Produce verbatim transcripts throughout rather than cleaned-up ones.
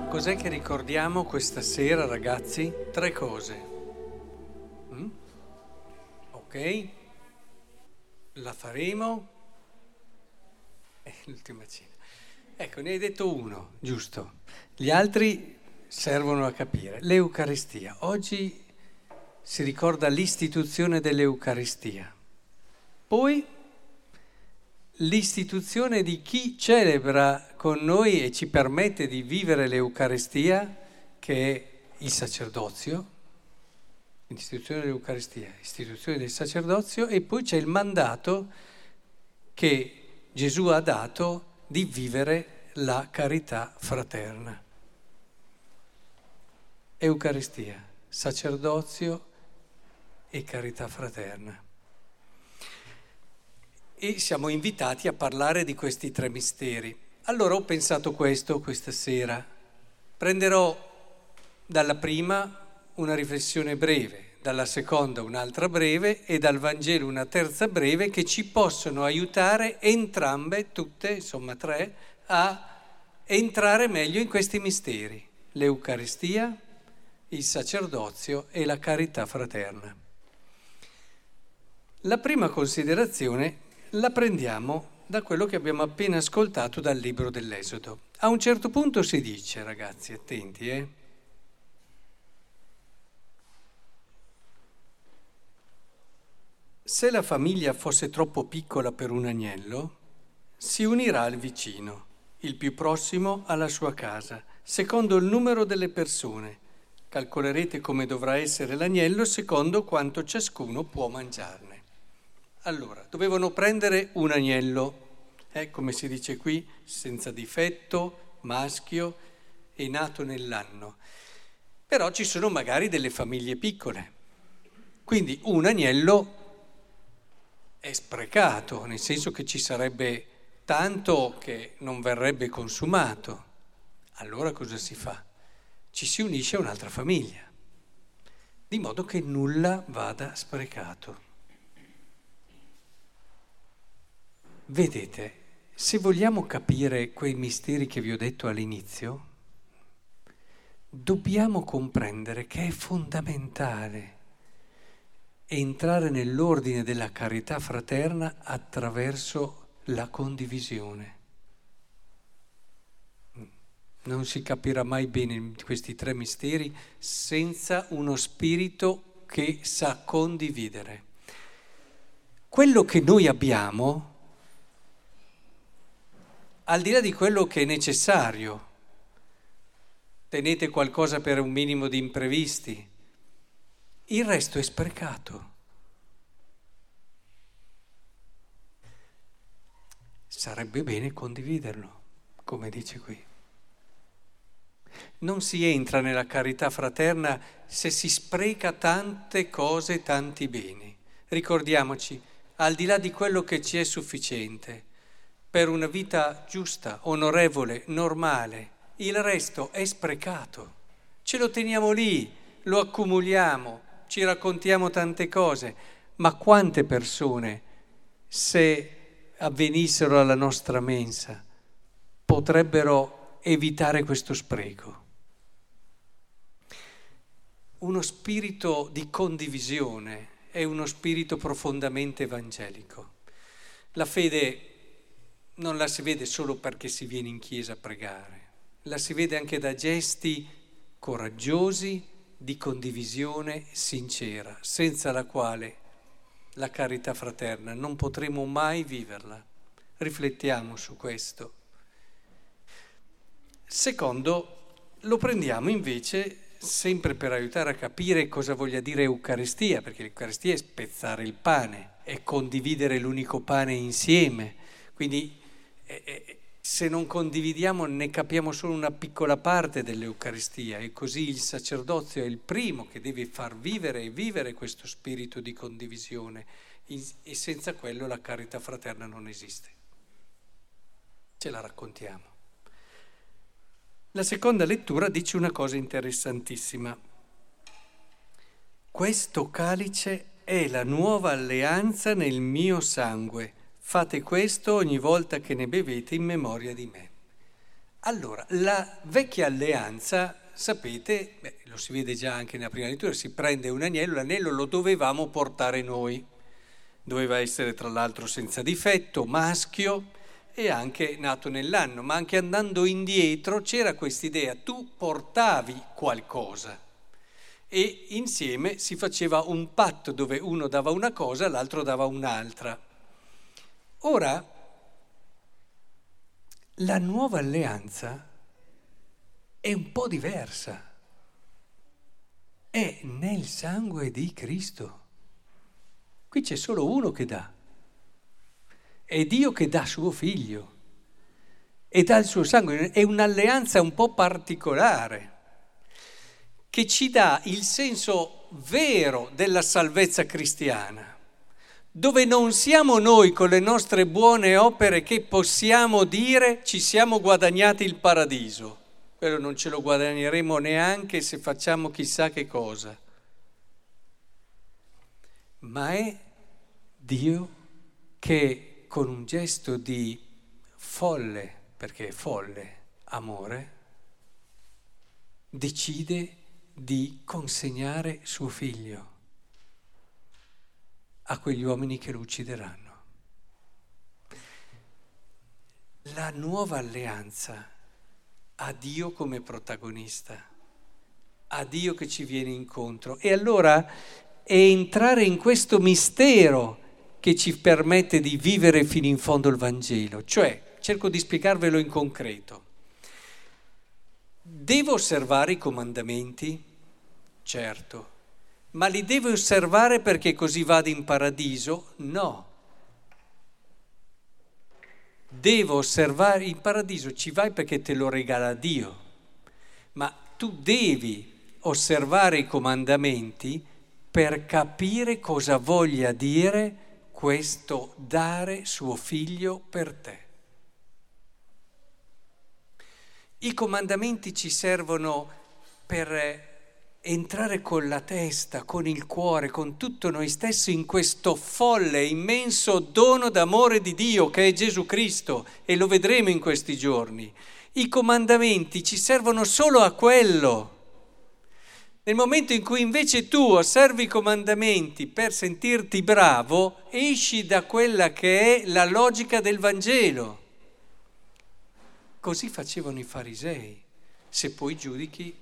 Cos'è che ricordiamo questa sera, ragazzi? Tre cose. Mm? Ok? La faremo. È l'ultima cena. Ecco, ne hai detto uno, giusto. Gli altri servono a capire. L'Eucaristia. Oggi si ricorda l'istituzione dell'Eucaristia. Poi l'istituzione di chi celebra con noi e ci permette di vivere l'Eucaristia, che è il sacerdozio, l'istituzione dell'Eucaristia, istituzione del sacerdozio, e poi c'è il mandato che Gesù ha dato di vivere la carità fraterna. Eucaristia, sacerdozio e carità fraterna. E siamo invitati a parlare di questi tre misteri. Allora ho pensato questo questa sera. Prenderò dalla prima una riflessione breve, dalla seconda un'altra breve e dal Vangelo una terza breve che ci possono aiutare entrambe, tutte, insomma tre, a entrare meglio in questi misteri. L'Eucaristia, il sacerdozio e la carità fraterna. La prima considerazione la prendiamo da quello che abbiamo appena ascoltato dal libro dell'Esodo. A un certo punto si dice, ragazzi, attenti, eh? Se la famiglia fosse troppo piccola per un agnello, si unirà al vicino, il più prossimo alla sua casa, secondo il numero delle persone. Calcolerete come dovrà essere l'agnello secondo quanto ciascuno può mangiarne. Allora, dovevano prendere un agnello, eh, come si dice qui, senza difetto, maschio e nato nell'anno. Però ci sono magari delle famiglie piccole, quindi un agnello è sprecato, nel senso che ci sarebbe tanto che non verrebbe consumato. Allora cosa si fa? Ci si unisce a un'altra famiglia, di modo che nulla vada sprecato. Vedete, se vogliamo capire quei misteri che vi ho detto all'inizio, dobbiamo comprendere che è fondamentale entrare nell'ordine della carità fraterna attraverso la condivisione. Non si capirà mai bene questi tre misteri senza uno spirito che sa condividere. Quello che noi abbiamo, al di là di quello che è necessario, tenete qualcosa per un minimo di imprevisti, il resto è sprecato. Sarebbe bene condividerlo, come dice qui. Non si entra nella carità fraterna se si spreca tante cose, tanti beni. Ricordiamoci, al di là di quello che ci è sufficiente, per una vita giusta, onorevole, normale, il resto è sprecato. Ce lo teniamo lì, lo accumuliamo, ci raccontiamo tante cose, ma quante persone, se avvenissero alla nostra mensa, potrebbero evitare questo spreco? Uno spirito di condivisione è uno spirito profondamente evangelico. La fede non la si vede solo perché si viene in chiesa a pregare, la si vede anche da gesti coraggiosi di condivisione sincera, senza la quale la carità fraterna non potremo mai viverla. Riflettiamo su questo. Secondo, lo prendiamo invece sempre per aiutare a capire cosa voglia dire Eucaristia, perché l'Eucaristia è spezzare il pane, è condividere l'unico pane insieme, quindi eh, se non condividiamo ne capiamo solo una piccola parte dell'Eucaristia, e così il sacerdozio è il primo che deve far vivere e vivere questo spirito di condivisione, e senza quello la carità fraterna non esiste. Ce la raccontiamo. La seconda lettura dice una cosa interessantissima. Questo calice è la nuova alleanza nel mio sangue. Fate questo ogni volta che ne bevete in memoria di me. Allora, la vecchia alleanza, sapete, beh, lo si vede già anche nella prima lettura, si prende un agnello, l'anello lo dovevamo portare noi, doveva essere tra l'altro senza difetto, maschio e anche nato nell'anno, ma anche andando indietro c'era quest'idea, tu portavi qualcosa e insieme si faceva un patto dove uno dava una cosa, l'altro dava un'altra. Ora, la nuova alleanza è un po' diversa, è nel sangue di Cristo. Qui c'è solo uno che dà, è Dio che dà suo figlio e dà il suo sangue, è un'alleanza un po' particolare che ci dà il senso vero della salvezza cristiana, dove non siamo noi con le nostre buone opere che possiamo dire ci siamo guadagnati il paradiso. Quello non ce lo guadagneremo neanche se facciamo chissà che cosa. Ma è Dio che con un gesto di folle, perché è folle, amore, decide di consegnare suo figlio a quegli uomini che lo uccideranno. La nuova alleanza ha Dio come protagonista, ha Dio che ci viene incontro e allora è entrare in questo mistero che ci permette di vivere fino in fondo il Vangelo. Cioè, cerco di spiegarvelo in concreto. Devo osservare i comandamenti? Certo. Ma li devo osservare perché così vado in paradiso? No. Devo osservare, in paradiso ci vai perché te lo regala Dio, ma tu devi osservare i comandamenti per capire cosa voglia dire questo dare suo figlio per te. I comandamenti ci servono per entrare con la testa, con il cuore, con tutto noi stessi in questo folle, immenso dono d'amore di Dio che è Gesù Cristo e lo vedremo in questi giorni. I comandamenti ci servono solo a quello. Nel momento in cui invece tu osservi i comandamenti per sentirti bravo, esci da quella che è la logica del Vangelo. Così facevano i farisei. Se poi giudichi,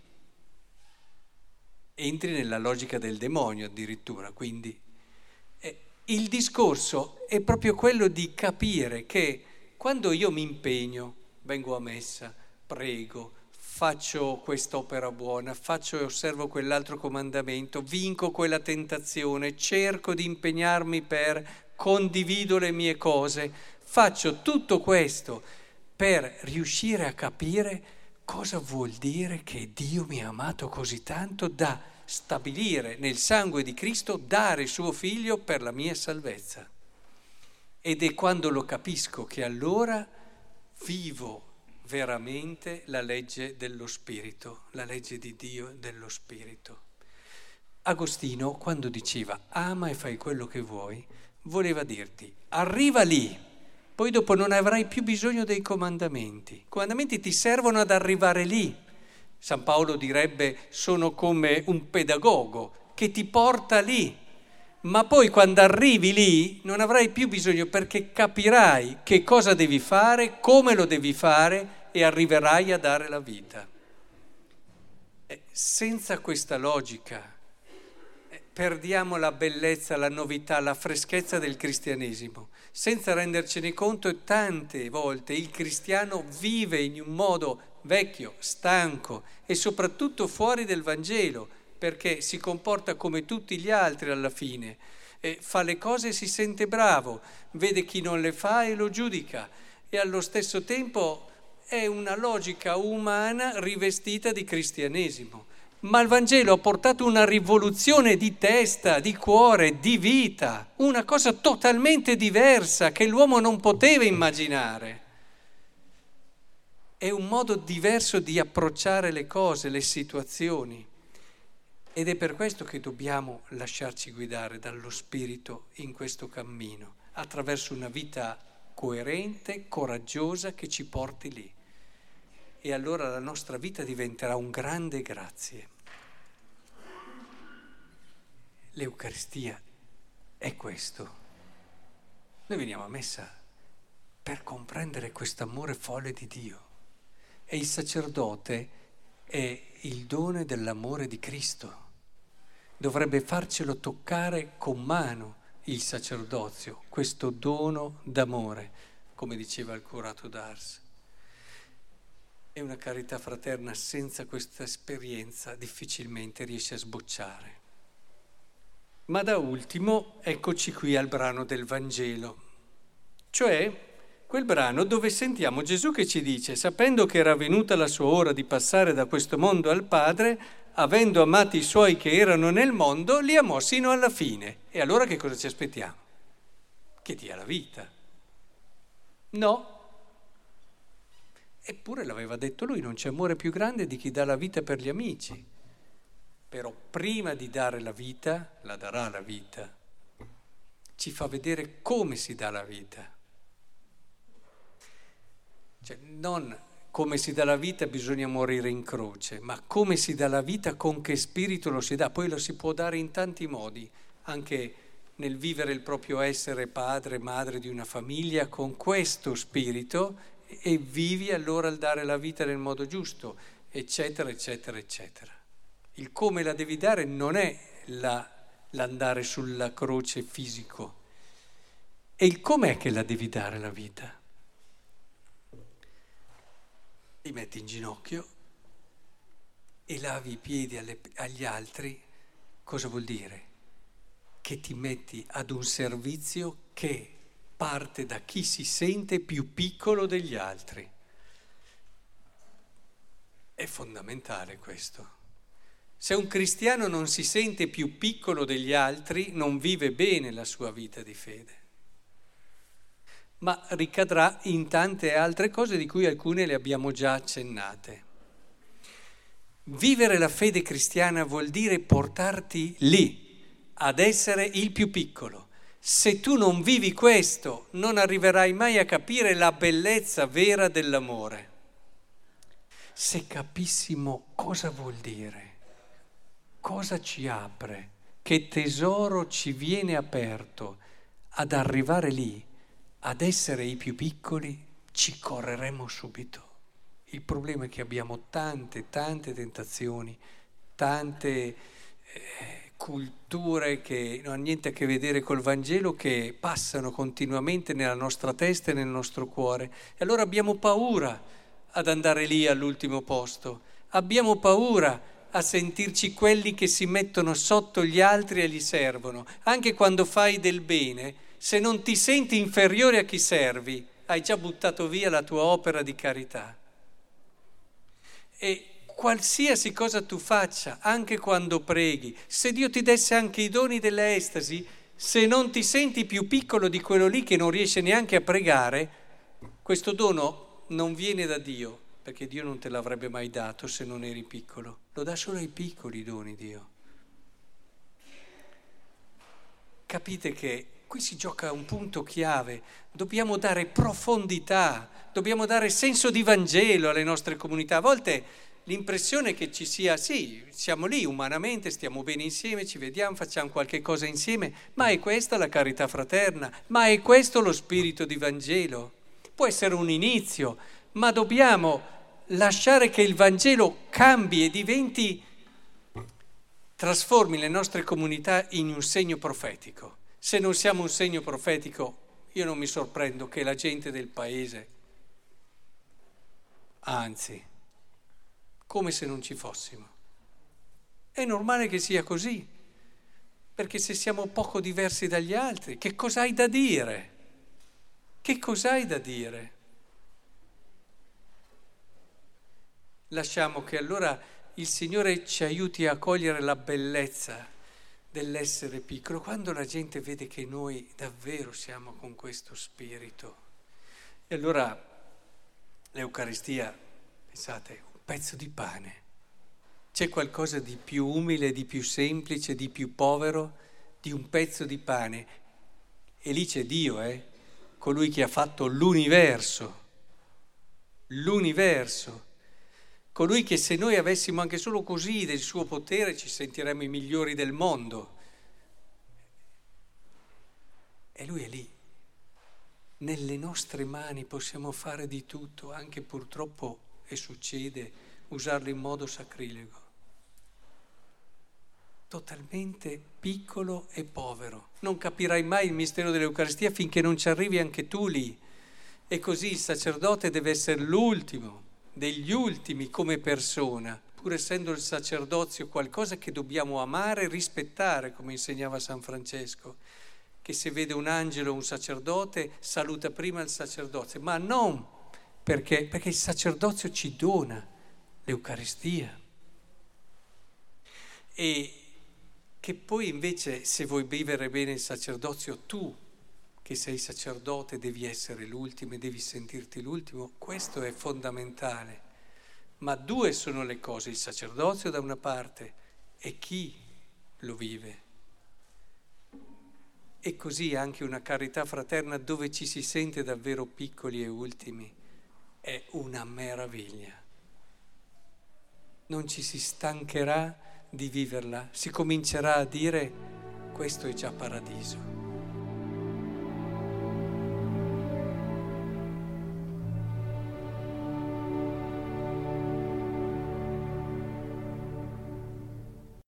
entri nella logica del demonio addirittura. Quindi eh, il discorso è proprio quello di capire che quando io mi impegno, vengo a messa, prego, faccio quest'opera buona, faccio e osservo quell'altro comandamento, vinco quella tentazione, cerco di impegnarmi per condivido le mie cose, faccio tutto questo per riuscire a capire cosa vuol dire che Dio mi ha amato così tanto da stabilire nel sangue di Cristo dare suo figlio per la mia salvezza. Ed è quando lo capisco che allora vivo veramente la legge dello Spirito, la legge di Dio dello Spirito. Agostino, quando diceva ama e fai quello che vuoi, voleva dirti arriva lì, poi dopo non avrai più bisogno dei comandamenti. I comandamenti ti servono ad arrivare lì. San Paolo direbbe sono come un pedagogo che ti porta lì, ma poi quando arrivi lì non avrai più bisogno perché capirai che cosa devi fare, come lo devi fare e arriverai a dare la vita. Eh, senza questa logica eh, perdiamo la bellezza, la novità, la freschezza del cristianesimo. Senza rendercene conto, tante volte il cristiano vive in un modo vecchio, stanco e soprattutto fuori del Vangelo, perché si comporta come tutti gli altri alla fine, e fa le cose e si sente bravo, vede chi non le fa e lo giudica, e allo stesso tempo è una logica umana rivestita di cristianesimo. Ma il Vangelo ha portato una rivoluzione di testa, di cuore, di vita, una cosa totalmente diversa che l'uomo non poteva immaginare. È un modo diverso di approcciare le cose, le situazioni. Ed è per questo che dobbiamo lasciarci guidare dallo Spirito in questo cammino, attraverso una vita coerente, coraggiosa, che ci porti lì. e allora la nostra vita diventerà un grande grazie. L'Eucaristia è questo. Noi veniamo a messa per comprendere quest'amore folle di Dio e il sacerdote è il dono dell'amore di Cristo. Dovrebbe farcelo toccare con mano il sacerdozio, questo dono d'amore, come diceva il curato d'Ars. E una carità fraterna senza questa esperienza difficilmente riesce a sbocciare. Ma da ultimo, eccoci qui al brano del Vangelo, cioè quel brano dove sentiamo Gesù che ci dice: sapendo che era venuta la sua ora di passare da questo mondo al Padre, avendo amati i suoi che erano nel mondo, li amò sino alla fine. E allora che cosa ci aspettiamo? Che dia la vita. No. Eppure l'aveva detto lui, non c'è amore più grande di chi dà la vita per gli amici. Però prima di dare la vita, la darà la vita, ci fa vedere come si dà la vita. Cioè, non come si dà la vita bisogna morire in croce, ma come si dà la vita, con che spirito lo si dà. Poi lo si può dare in tanti modi, anche nel vivere il proprio essere padre, madre di una famiglia, con questo spirito, e vivi allora il dare la vita nel modo giusto, eccetera, eccetera, eccetera. Il come la devi dare non è la, l'andare sulla croce fisico, è il com'è che la devi dare la vita. Ti metti in ginocchio e lavi i piedi alle, agli altri. Cosa vuol dire? Che ti metti ad un servizio che parte da chi si sente più piccolo degli altri. È fondamentale questo. Se un cristiano non si sente più piccolo degli altri, non vive bene la sua vita di fede. Ma ricadrà in tante altre cose di cui alcune le abbiamo già accennate. Vivere la fede cristiana vuol dire portarti lì, ad essere il più piccolo. Se tu non vivi questo, non arriverai mai a capire la bellezza vera dell'amore. Se capissimo cosa vuol dire, cosa ci apre, che tesoro ci viene aperto ad arrivare lì, ad essere i più piccoli, ci correremo subito. Il problema è che abbiamo tante, tante tentazioni, tante eh, culture che non hanno niente a che vedere col Vangelo, che passano continuamente nella nostra testa e nel nostro cuore. E allora abbiamo paura ad andare lì all'ultimo posto. Abbiamo paura a sentirci quelli che si mettono sotto gli altri e gli servono. Anche quando fai del bene, se non ti senti inferiore a chi servi, hai già buttato via la tua opera di carità. E qualsiasi cosa tu faccia, anche quando preghi, se Dio ti desse anche i doni dell'estasi, se non ti senti più piccolo di quello lì che non riesce neanche a pregare, questo dono non viene da Dio, perché Dio non te l'avrebbe mai dato se non eri piccolo. Lo dà solo ai piccoli i doni Dio. Capite che qui si gioca un punto chiave. Dobbiamo dare profondità, dobbiamo dare senso di Vangelo alle nostre comunità. A volte l'impressione è che ci sia, sì, siamo lì umanamente, stiamo bene insieme, ci vediamo, facciamo qualche cosa insieme, ma è questa la carità fraterna? Ma è questo lo spirito di Vangelo? Può essere un inizio, ma dobbiamo lasciare che il Vangelo cambi e diventi, trasformi le nostre comunità in un segno profetico. Se non siamo un segno profetico, io non mi sorprendo che la gente del paese, anzi, come se non ci fossimo. È normale che sia così, perché se siamo poco diversi dagli altri, che cos'hai da dire? Che cos'hai da dire? Lasciamo che allora il Signore ci aiuti a cogliere la bellezza dell'essere piccolo, quando la gente vede che noi davvero siamo con questo spirito. E allora l'Eucaristia, pensate, un pezzo di pane. C'è qualcosa di più umile, di più semplice, di più povero di un pezzo di pane? E lì c'è Dio, eh? Colui che ha fatto l'universo, l'universo. colui che se noi avessimo anche solo così del suo potere ci sentiremmo i migliori del mondo. E lui è lì. Nelle nostre mani possiamo fare di tutto, anche purtroppo, e succede, usarlo in modo sacrilego. Totalmente piccolo e povero. Non capirai mai il mistero dell'Eucaristia finché non ci arrivi anche tu lì. E così il sacerdote deve essere l'ultimo degli ultimi come persona, pur essendo il sacerdozio qualcosa che dobbiamo amare e rispettare, come insegnava San Francesco, che se vede un angelo o un sacerdote saluta prima il sacerdote, ma non perché, perché il sacerdozio ci dona l'Eucaristia. E che poi invece, se vuoi vivere bene il sacerdozio, tu che sei sacerdote devi essere l'ultimo e devi sentirti l'ultimo, questo è fondamentale. Ma due sono le cose, il sacerdozio da una parte e chi lo vive. E così anche una carità fraterna dove ci si sente davvero piccoli e ultimi è una meraviglia. Non ci si stancherà di viverla, si comincerà a dire questo è già paradiso.